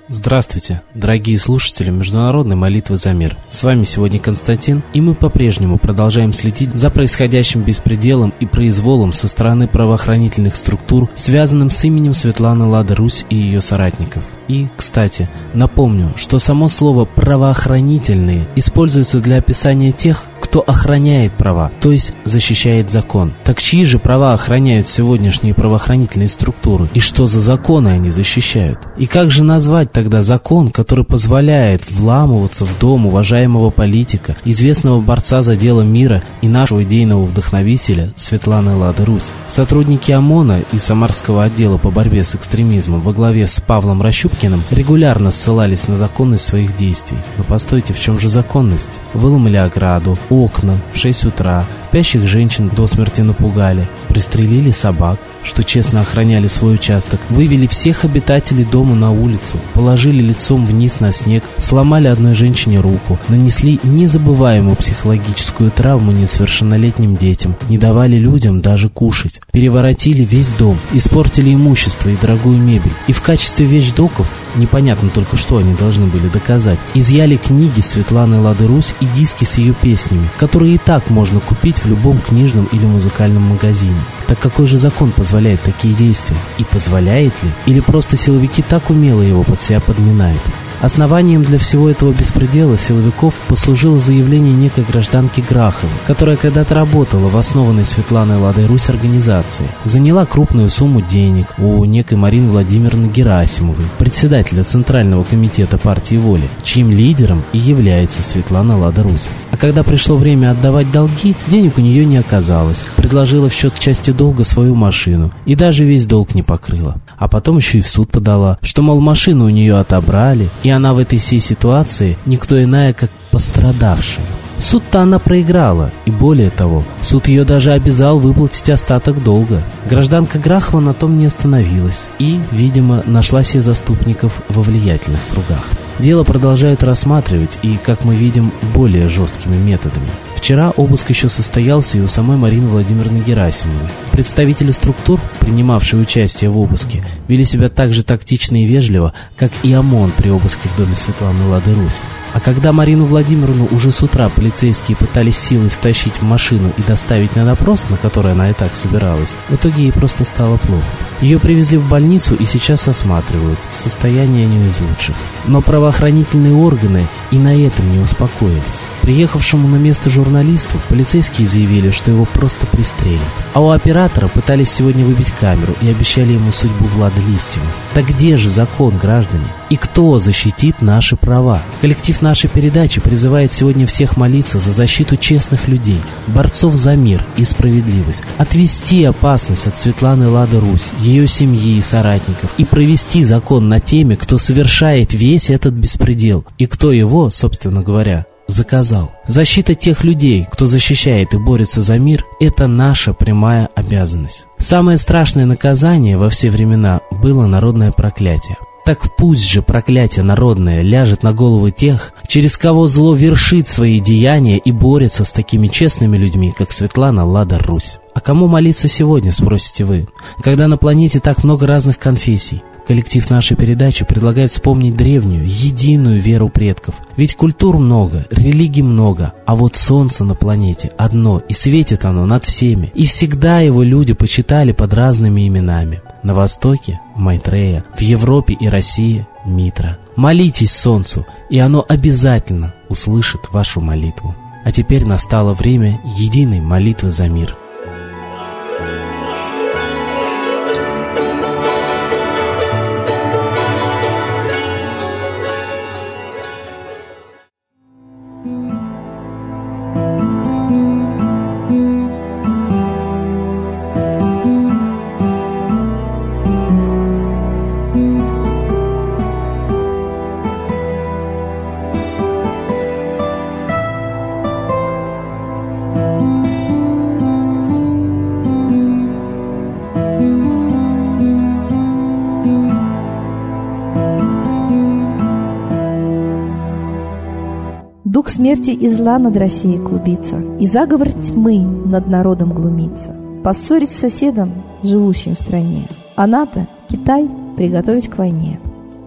Здравствуйте, дорогие слушатели Международной молитвы за мир. С вами сегодня Константин, и мы по-прежнему продолжаем следить за происходящим беспределом и произволом со стороны правоохранительных структур, связанным с именем Светланы Лада-Русь и ее соратников. И, кстати, напомню, что само слово «правоохранительные» используется для описания тех, кто охраняет права, то есть защищает закон. Так чьи же права охраняют сегодняшние правоохранительные структуры? И что за законы они защищают? И как же назвать тогда закон, который позволяет вламываться в дом уважаемого политика, известного борца за дело мира и нашего идейного вдохновителя Светланы Лада-Русь? Сотрудники ОМОНа и Самарского отдела по борьбе с экстремизмом во главе с Павлом Рощупкиным регулярно ссылались на законность своих действий. Но постойте, в чем же законность? Выломали ограду, окна в 6 утра, спящих женщин до смерти напугали, пристрелили собак, что честно охраняли свой участок, вывели всех обитателей дома на улицу, положили лицом вниз на снег, сломали одной женщине руку, нанесли незабываемую психологическую травму несовершеннолетним детям, не давали людям даже кушать, переворотили весь дом, испортили имущество и дорогую мебель, и в качестве вещдоков, непонятно только что они должны были доказать, изъяли книги Светланы Лады-Русь и диски с ее песнями, которые и так можно купить в любом книжном или музыкальном магазине. Так какой же закон позволяет такие действия? И позволяет ли? Или просто силовики так умело его под себя подминают? Основанием для всего этого беспредела силовиков послужило заявление некой гражданки Граховой, которая когда-то работала в основанной Светланой Ладой-Русь организации, заняла крупную сумму денег у некой Марины Владимировны Герасимовой, председателя Центрального комитета партии «Воля», чьим лидером и является Светлана Лада-Русь. А когда пришло время отдавать долги, денег у нее не оказалось, предложила в счет части долга свою машину и даже весь долг не покрыла. А потом еще и в суд подала, что, мол, машину у нее отобрали, и она в этой всей ситуации никто иная, как пострадавшая. Суд-то она проиграла, и более того, суд ее даже обязал выплатить остаток долга. Гражданка Грахова на том не остановилась и, видимо, нашла себе заступников во влиятельных кругах. Дело продолжают рассматривать и, как мы видим, более жесткими методами. Вчера обыск еще состоялся и у самой Марины Владимировны Герасимовой. Представители структур, принимавшие участие в обыске, вели себя так же тактично и вежливо, как и ОМОН при обыске в доме Светланы Лады-Русь. А когда Марину Владимировну уже с утра полицейские пытались силой втащить в машину и доставить на допрос, на который она и так собиралась, в итоге ей просто стало плохо. Ее привезли в больницу и сейчас осматривают. Состояние не из лучших. Но правоохранительные органы и на этом не успокоились. Приехавшему на место журналисту полицейские заявили, что его просто пристрелят. А у оператора пытались сегодня выбить камеру и обещали ему судьбу Влада Листьева. Так где же закон, граждане? И кто защитит наши права? Коллектив нашей передачи призывает сегодня всех молиться за защиту честных людей, борцов за мир и справедливость, отвести опасность от Светланы Лады-Русь, ее семьи и соратников и провести закон над теми, кто совершает весь этот беспредел и кто его, собственно говоря, заказал. Защита тех людей, кто защищает и борется за мир, это наша прямая обязанность. Самое страшное наказание во все времена было народное проклятие. Так пусть же проклятие народное ляжет на головы тех, через кого зло вершит свои деяния и борется с такими честными людьми, как Светлана Лада-Русь. А кому молиться сегодня, спросите вы, когда на планете так много разных конфессий? Коллектив нашей передачи предлагает вспомнить древнюю, единую веру предков. Ведь культур много, религий много, а вот солнце на планете одно, и светит оно над всеми. И всегда его люди почитали под разными именами. На Востоке – Майтрея, в Европе и России – Митра. Молитесь солнцу, и оно обязательно услышит вашу молитву. А теперь настало время единой молитвы за мир. Дух смерти и зла над Россией клубится, и заговор тьмы над народом глумится. Поссорить с соседом, живущим в стране, а НАТО, Китай, приготовить к войне.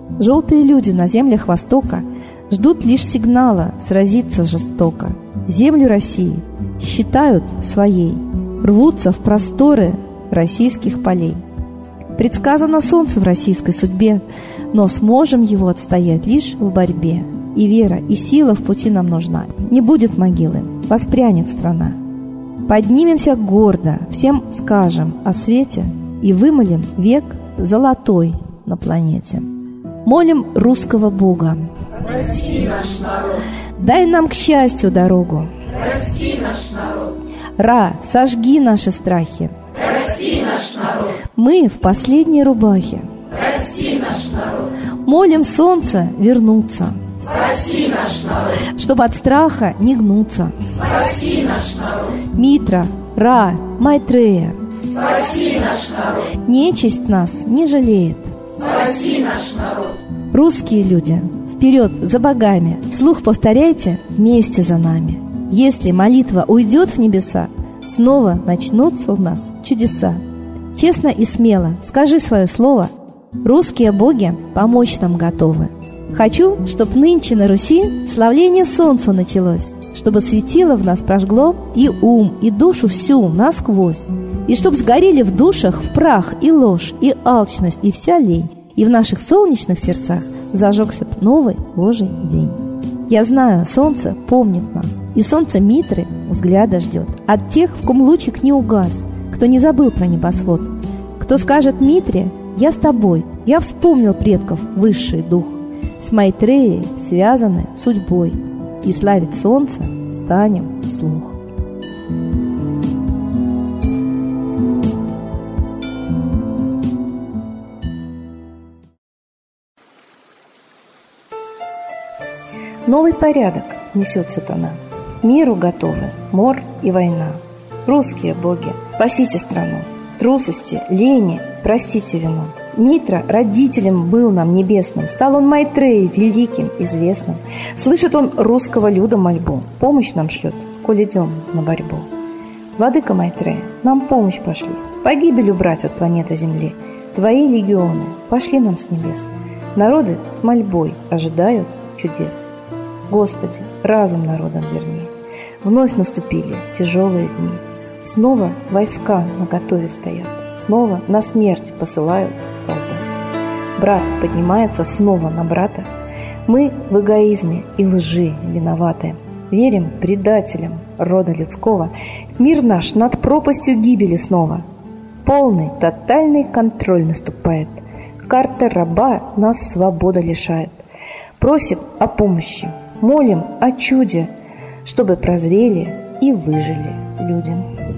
Желтые люди на землях Востока ждут лишь сигнала сразиться жестоко. Землю России считают своей, рвутся в просторы российских полей. Предсказано солнце в российской судьбе, но сможем его отстоять лишь в борьбе. И вера, и сила в пути нам нужна. Не будет могилы, воспрянет страна. Поднимемся гордо, всем скажем о свете и вымолим век золотой на планете. Молим русского Бога. Прости наш народ. Дай нам к счастью дорогу. Прости наш народ. Ра, сожги наши страхи. Прости наш народ. Мы в последней рубахе. Прости наш народ. Молим солнце вернуться, Спаси наш народ. чтобы от страха не гнуться. Спаси наш народ. Митра, Ра, Майтрея, Спаси наш народ. нечисть нас не жалеет. Спаси наш народ. Русские люди, вперед за богами, вслух повторяйте вместе за нами. Если молитва уйдет в небеса, снова начнутся у нас чудеса. Честно и смело скажи свое слово. Русские боги помочь нам готовы. Хочу, чтоб нынче на Руси славление солнцу началось, чтобы светило в нас прожгло и ум, и душу всю насквозь, и чтоб сгорели в душах в прах и ложь, и алчность, и вся лень, и в наших солнечных сердцах зажегся новый Божий день. Я знаю, солнце помнит нас, и солнце Митры взгляда ждет от тех, в ком лучик не угас, кто не забыл про небосвод, кто скажет Митре: «Я с тобой, я вспомнил предков высший дух». С Майтреей связаны судьбой, и славить солнце станем вслух. Новый порядок несет сатана. Миру готовы мор и война. Русские боги, спасите страну. Трусости, лени, простите вину. Митра родителем был нам небесным, стал он Майтреей великим, известным. Слышит он русского люда мольбу, помощь нам шлет, коль идем на борьбу. Владыка Майтрея, нам помощь пошли, погибель убрать от планеты Земли. Твои легионы пошли нам с небес. Народы с мольбой ожидают чудес. Господи, разум народам верни. Вновь наступили тяжелые дни. Снова войска наготове стоят, снова на смерть посылают солдат. Брат поднимается снова на брата. Мы в эгоизме и лжи виноваты. Верим предателям рода людского. Мир наш над пропастью гибели снова. Полный, тотальный контроль наступает. Карта раба нас свободы лишает. Просим о помощи, молим о чуде, чтобы прозрели и выжили люди.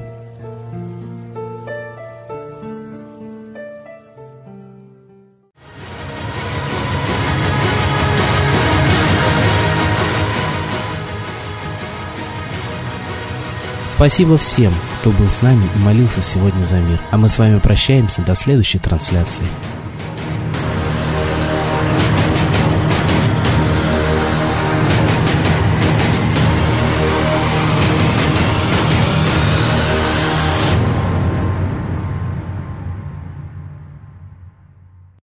Спасибо всем, кто был с нами и молился сегодня за мир. А мы с вами прощаемся до следующей трансляции.